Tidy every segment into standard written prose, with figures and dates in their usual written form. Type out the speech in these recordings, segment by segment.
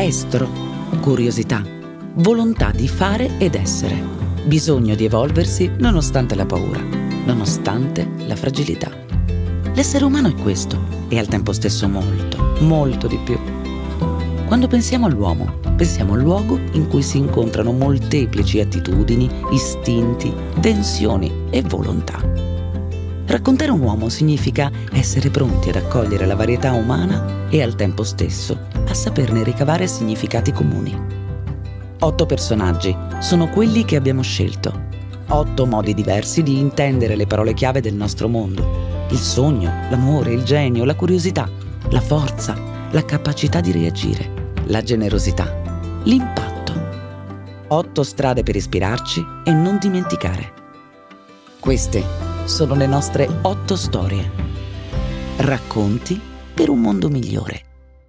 estro, curiosità, volontà di fare ed essere, bisogno di evolversi nonostante la paura, nonostante la fragilità. L'essere umano è questo e al tempo stesso molto, molto di più. Quando pensiamo all'uomo, pensiamo al luogo in cui si incontrano molteplici attitudini, istinti, tensioni e volontà. Raccontare un uomo significa essere pronti ad accogliere la varietà umana e al tempo stesso a saperne ricavare significati comuni. 8 personaggi sono quelli che abbiamo scelto. 8 modi diversi di intendere le parole chiave del nostro mondo. Il sogno, l'amore, il genio, la curiosità, la forza, la capacità di reagire, la generosità, l'impatto. 8 strade per ispirarci e non dimenticare. Queste sono le nostre 8 storie. Racconti per un mondo migliore.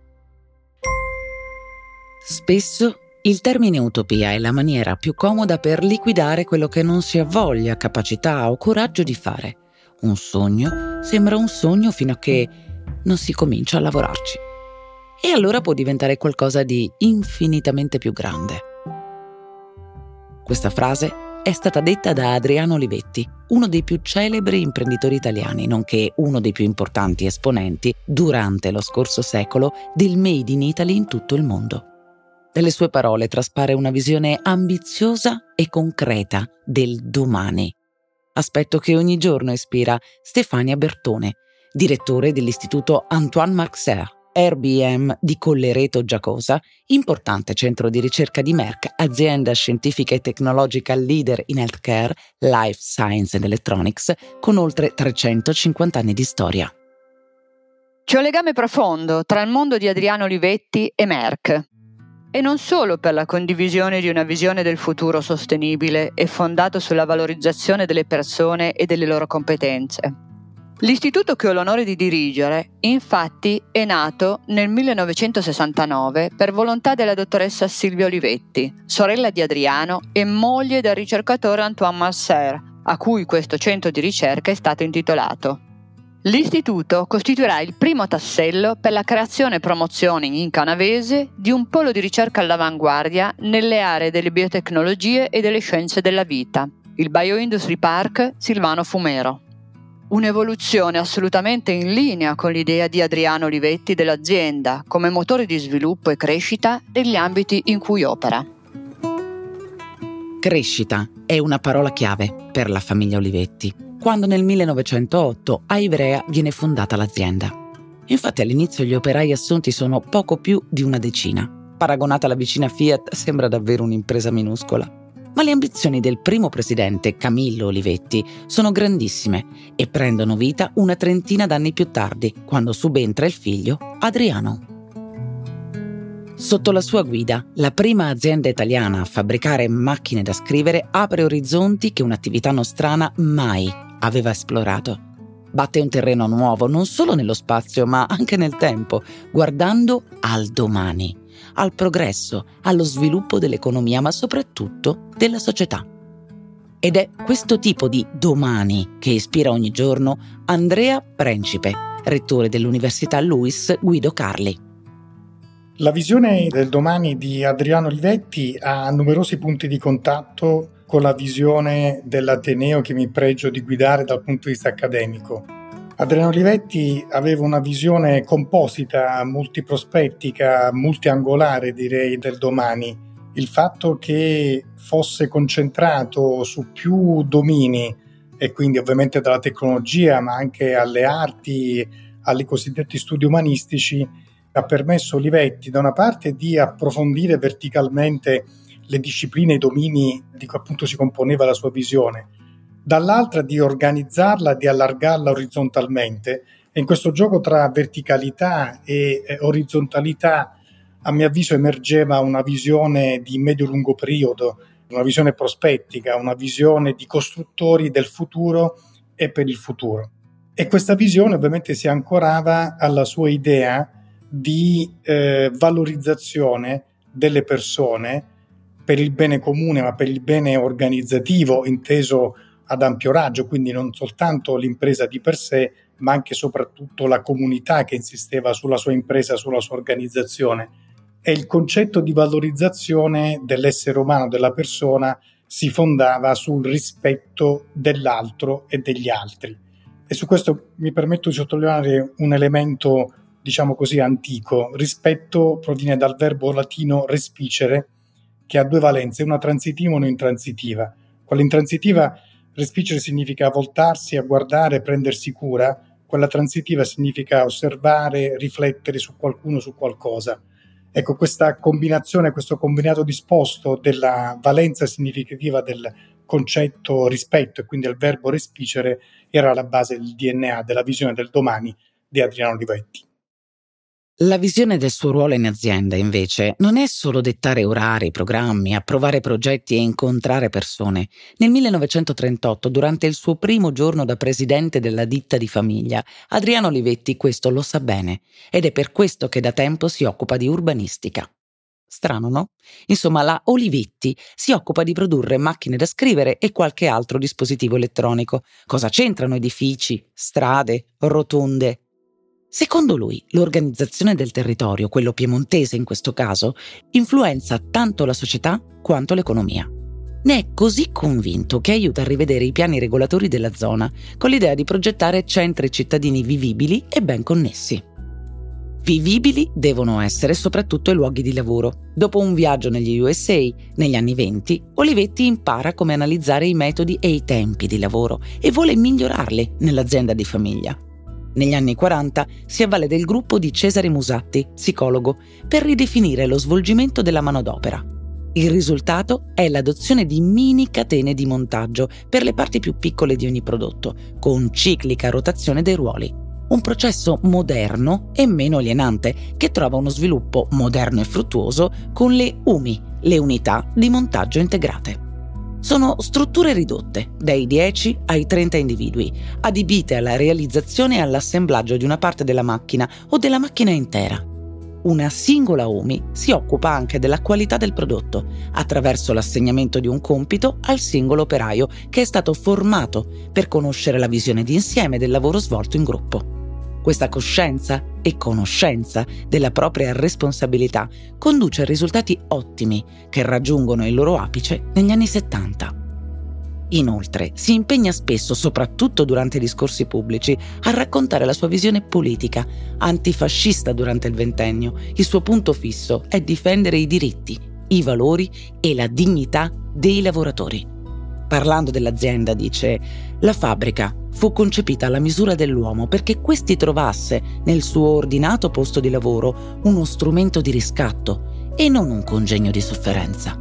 Spesso il termine utopia è la maniera più comoda per liquidare quello che non si ha voglia, capacità o coraggio di fare. Un sogno sembra un sogno fino a che non si comincia a lavorarci. E allora può diventare qualcosa di infinitamente più grande. Questa frase è stata detta da Adriano Olivetti, uno dei più celebri imprenditori italiani, nonché uno dei più importanti esponenti durante lo scorso secolo del Made in Italy in tutto il mondo. Dalle sue parole traspare una visione ambiziosa e concreta del domani, aspetto che ogni giorno ispira Stefania Bertone, direttore dell'Istituto Antoine Marxer, RBM di Collereto Giacosa, importante centro di ricerca di Merck, azienda scientifica e tecnologica leader in healthcare, life science and electronics, con oltre 350 anni di storia. C'è un legame profondo tra il mondo di Adriano Olivetti e Merck. E non solo per la condivisione di una visione del futuro sostenibile e fondato sulla valorizzazione delle persone e delle loro competenze. L'istituto che ho l'onore di dirigere, infatti, è nato nel 1969 per volontà della dottoressa Silvia Olivetti, sorella di Adriano e moglie del ricercatore Antoine Marxer, a cui questo centro di ricerca è stato intitolato. L'istituto costituirà il primo tassello per la creazione e promozione in canavese di un polo di ricerca all'avanguardia nelle aree delle biotecnologie e delle scienze della vita, il Bioindustry Park Silvano Fumero. Un'evoluzione assolutamente in linea con l'idea di Adriano Olivetti dell'azienda come motore di sviluppo e crescita degli ambiti in cui opera. Crescita è una parola chiave per la famiglia Olivetti, quando nel 1908 a Ivrea viene fondata l'azienda. Infatti all'inizio gli operai assunti sono poco più di una decina. Paragonata alla vicina Fiat sembra davvero un'impresa minuscola. Ma le ambizioni del primo presidente, Camillo Olivetti, sono grandissime e prendono vita una trentina d'anni più tardi, quando subentra il figlio Adriano. Sotto la sua guida, la prima azienda italiana a fabbricare macchine da scrivere apre orizzonti che un'attività nostrana mai aveva esplorato. Batte un terreno nuovo non solo nello spazio, ma anche nel tempo, guardando al domani, al progresso, allo sviluppo dell'economia, ma soprattutto della società. Ed è questo tipo di domani che ispira ogni giorno Andrea Principe, rettore dell'Università Luis Guido Carli. La visione del domani di Adriano Olivetti ha numerosi punti di contatto con la visione dell'Ateneo che mi pregio di guidare dal punto di vista accademico. Adriano Olivetti aveva una visione composita, multiprospettica, multiangolare direi del domani. Il fatto che fosse concentrato su più domini e quindi ovviamente dalla tecnologia ma anche alle arti, ai cosiddetti studi umanistici, ha permesso a Olivetti da una parte di approfondire verticalmente le discipline e i domini di cui appunto si componeva la sua visione, dall'altra di organizzarla, di allargarla orizzontalmente, e in questo gioco tra verticalità e orizzontalità a mio avviso emergeva una visione di medio-lungo periodo, una visione prospettica, una visione di costruttori del futuro e per il futuro. E questa visione ovviamente si ancorava alla sua idea di valorizzazione delle persone per il bene comune, ma per il bene organizzativo inteso ad ampio raggio, quindi non soltanto l'impresa di per sé, ma anche e soprattutto la comunità che insisteva sulla sua impresa, sulla sua organizzazione. e il concetto di valorizzazione dell'essere umano, della persona, si fondava sul rispetto dell'altro e degli altri. E su questo mi permetto di sottolineare un elemento, diciamo così, antico. Rispetto proviene dal verbo latino respicere, che ha due valenze, una transitiva e una intransitiva. Quella intransitiva, respicere, significa voltarsi a guardare, prendersi cura. Quella transitiva significa osservare, riflettere su qualcuno, su qualcosa. Ecco, questa combinazione, questo combinato disposto della valenza significativa del concetto rispetto e quindi del verbo respicere era la base del DNA, della visione del domani di Adriano Olivetti. La visione del suo ruolo in azienda, invece, non è solo dettare orari, programmi, approvare progetti e incontrare persone. Nel 1938, durante il suo primo giorno da presidente della ditta di famiglia, Adriano Olivetti questo lo sa bene ed è per questo che da tempo si occupa di urbanistica. Strano, no? Insomma, la Olivetti si occupa di produrre macchine da scrivere e qualche altro dispositivo elettronico. Cosa c'entrano edifici, strade, rotonde? Secondo lui, l'organizzazione del territorio, quello piemontese in questo caso, influenza tanto la società quanto l'economia. Ne è così convinto che aiuta a rivedere i piani regolatori della zona, con l'idea di progettare centri cittadini vivibili e ben connessi. Vivibili devono essere soprattutto i luoghi di lavoro. Dopo un viaggio negli USA, negli anni '20, Olivetti impara come analizzare i metodi e i tempi di lavoro e vuole migliorarli nell'azienda di famiglia. Negli anni 40 si avvale del gruppo di Cesare Musatti, psicologo, per ridefinire lo svolgimento della manodopera. Il risultato è l'adozione di mini catene di montaggio per le parti più piccole di ogni prodotto, con ciclica rotazione dei ruoli. Un processo moderno e meno alienante che trova uno sviluppo moderno e fruttuoso con le UMI, le unità di montaggio integrate. Sono strutture ridotte, dai 10 ai 30 individui, adibite alla realizzazione e all'assemblaggio di una parte della macchina o della macchina intera. Una singola UMI si occupa anche della qualità del prodotto, attraverso l'assegnamento di un compito al singolo operaio che è stato formato per conoscere la visione d'insieme del lavoro svolto in gruppo. Questa coscienza e conoscenza della propria responsabilità conduce a risultati ottimi che raggiungono il loro apice negli anni 70. Inoltre, si impegna spesso, soprattutto durante i discorsi pubblici, a raccontare la sua visione politica, antifascista durante il ventennio. Il suo punto fisso è difendere i diritti, i valori e la dignità dei lavoratori. Parlando dell'azienda, dice: «La fabbrica fu concepita alla misura dell'uomo perché questi trovasse nel suo ordinato posto di lavoro uno strumento di riscatto e non un congegno di sofferenza».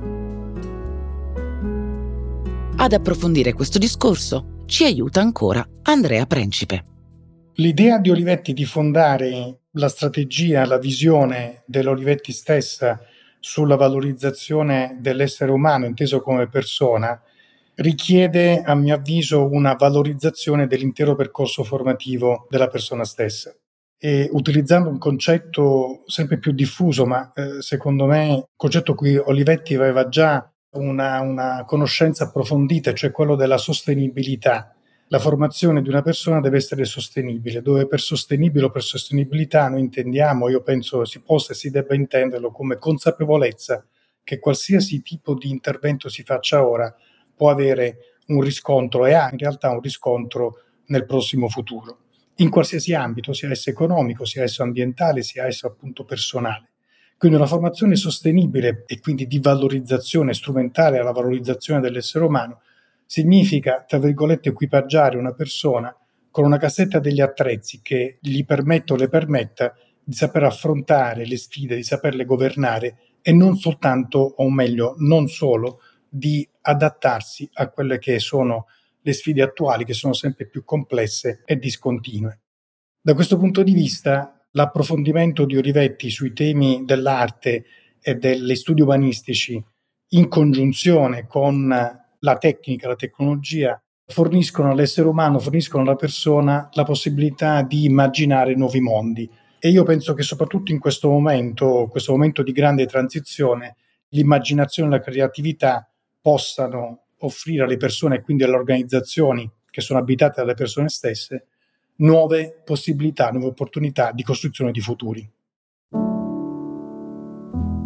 Ad approfondire questo discorso ci aiuta ancora Andrea Principe. L'idea di Olivetti di fondare la strategia, la visione dell'Olivetti stessa sulla valorizzazione dell'essere umano inteso come persona richiede, a mio avviso, una valorizzazione dell'intero percorso formativo della persona stessa. E utilizzando un concetto sempre più diffuso, ma secondo me un concetto cui Olivetti aveva già una conoscenza approfondita, cioè quello della sostenibilità. La formazione di una persona deve essere sostenibile, dove per sostenibile o per sostenibilità noi intendiamo, io penso si possa e si debba intenderlo come consapevolezza che qualsiasi tipo di intervento si faccia ora può avere un riscontro e ha in realtà un riscontro nel prossimo futuro, in qualsiasi ambito, sia esso economico, sia esso ambientale, sia esso appunto personale. Quindi una formazione sostenibile e quindi di valorizzazione strumentale alla valorizzazione dell'essere umano significa, tra virgolette, equipaggiare una persona con una cassetta degli attrezzi che gli permetta o le permetta di saper affrontare le sfide, di saperle governare e non soltanto, o meglio, non solo, di adattarsi a quelle che sono le sfide attuali, che sono sempre più complesse e discontinue. Da questo punto di vista, l'approfondimento di Olivetti sui temi dell'arte e degli studi umanistici in congiunzione con la tecnica, la tecnologia, forniscono all'essere umano, forniscono alla persona la possibilità di immaginare nuovi mondi. E io penso che soprattutto in questo momento di grande transizione, l'immaginazione e la creatività possano offrire alle persone e quindi alle organizzazioni che sono abitate dalle persone stesse nuove possibilità, nuove opportunità di costruzione di futuri.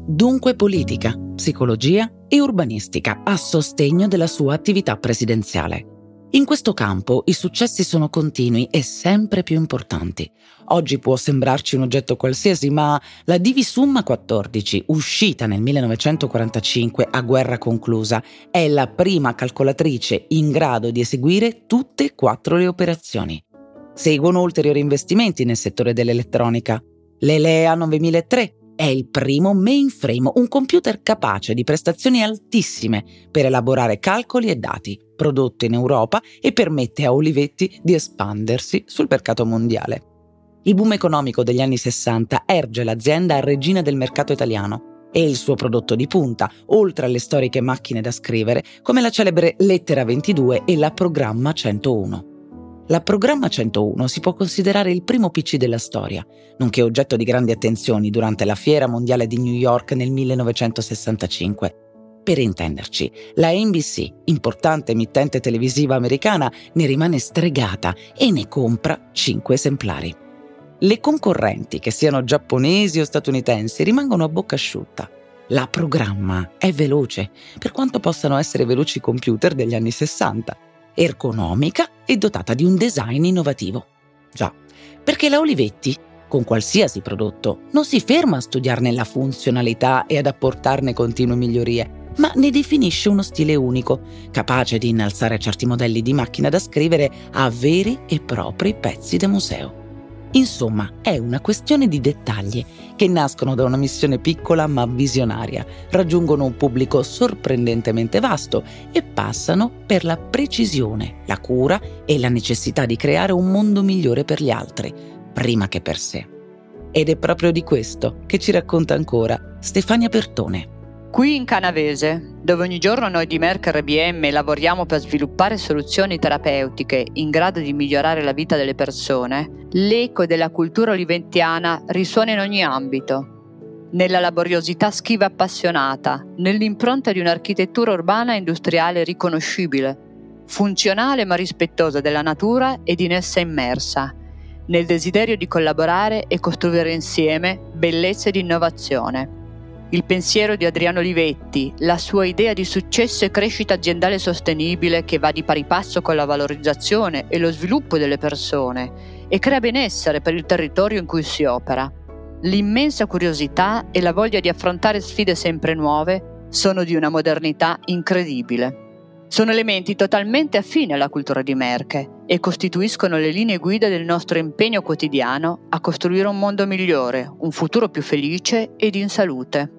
dunque politica, psicologia e urbanistica a sostegno della sua attività presidenziale. In questo campo i successi sono continui e sempre più importanti. Oggi può sembrarci un oggetto qualsiasi, ma la Divisumma 14, uscita nel 1945 a guerra conclusa, è la prima calcolatrice in grado di eseguire tutte e 4 le operazioni. Seguono ulteriori investimenti nel settore dell'elettronica. L'Elea 9003 è il primo mainframe, un computer capace di prestazioni altissime per elaborare calcoli e dati, prodotto in Europa e permette a Olivetti di espandersi sul mercato mondiale. Il boom economico degli anni 60 erge l'azienda a regina del mercato italiano e il suo prodotto di punta, oltre alle storiche macchine da scrivere, come la celebre Lettera 22 e la Programma 101. La Programma 101 si può considerare il primo PC della storia, nonché oggetto di grandi attenzioni durante la Fiera Mondiale di New York nel 1965. Per intenderci, la NBC, importante emittente televisiva americana, ne rimane stregata e ne compra 5 esemplari. Le concorrenti, che siano giapponesi o statunitensi, rimangono a bocca asciutta. La Programma è veloce, per quanto possano essere veloci i computer degli anni 60. Ergonomica e dotata di un design innovativo. Già, perché la Olivetti, con qualsiasi prodotto, non si ferma a studiarne la funzionalità e ad apportarne continue migliorie, ma ne definisce uno stile unico, capace di innalzare certi modelli di macchina da scrivere a veri e propri pezzi da museo. Insomma, è una questione di dettagli che nascono da una missione piccola ma visionaria, raggiungono un pubblico sorprendentemente vasto e passano per la precisione, la cura e la necessità di creare un mondo migliore per gli altri, prima che per sé. Ed è proprio di questo che ci racconta ancora Stefania Pertone. Qui in Canavese, dove ogni giorno noi di Merck RBM lavoriamo per sviluppare soluzioni terapeutiche in grado di migliorare la vita delle persone, l'eco della cultura olivetiana risuona in ogni ambito. Nella laboriosità schiva appassionata, nell'impronta di un'architettura urbana e industriale riconoscibile, funzionale ma rispettosa della natura ed in essa immersa, nel desiderio di collaborare e costruire insieme bellezza ed innovazione. Il pensiero di Adriano Olivetti, la sua idea di successo e crescita aziendale sostenibile che va di pari passo con la valorizzazione e lo sviluppo delle persone e crea benessere per il territorio in cui si opera. L'immensa curiosità e la voglia di affrontare sfide sempre nuove sono di una modernità incredibile. Sono elementi totalmente affini alla cultura di Merck e costituiscono le linee guida del nostro impegno quotidiano a costruire un mondo migliore, un futuro più felice ed in salute.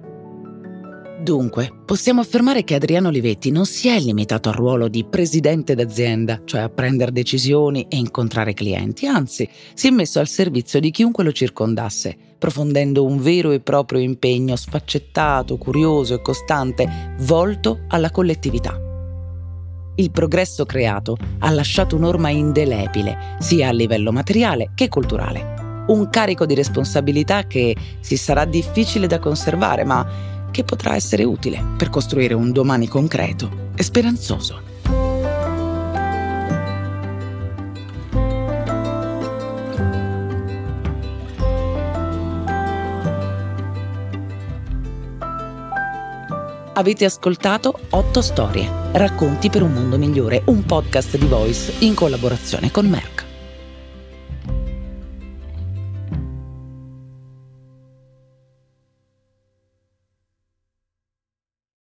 Dunque, possiamo affermare che Adriano Olivetti non si è limitato al ruolo di presidente d'azienda, cioè a prendere decisioni e incontrare clienti, anzi, si è messo al servizio di chiunque lo circondasse, profondendo un vero e proprio impegno sfaccettato, curioso e costante, volto alla collettività. Il progresso creato ha lasciato un'orma indelebile, sia a livello materiale che culturale. Un carico di responsabilità che si sarà difficile da conservare, ma che potrà essere utile per costruire un domani concreto e speranzoso. Avete ascoltato 8 storie, racconti per un mondo migliore, un podcast di Voice in collaborazione con Merck.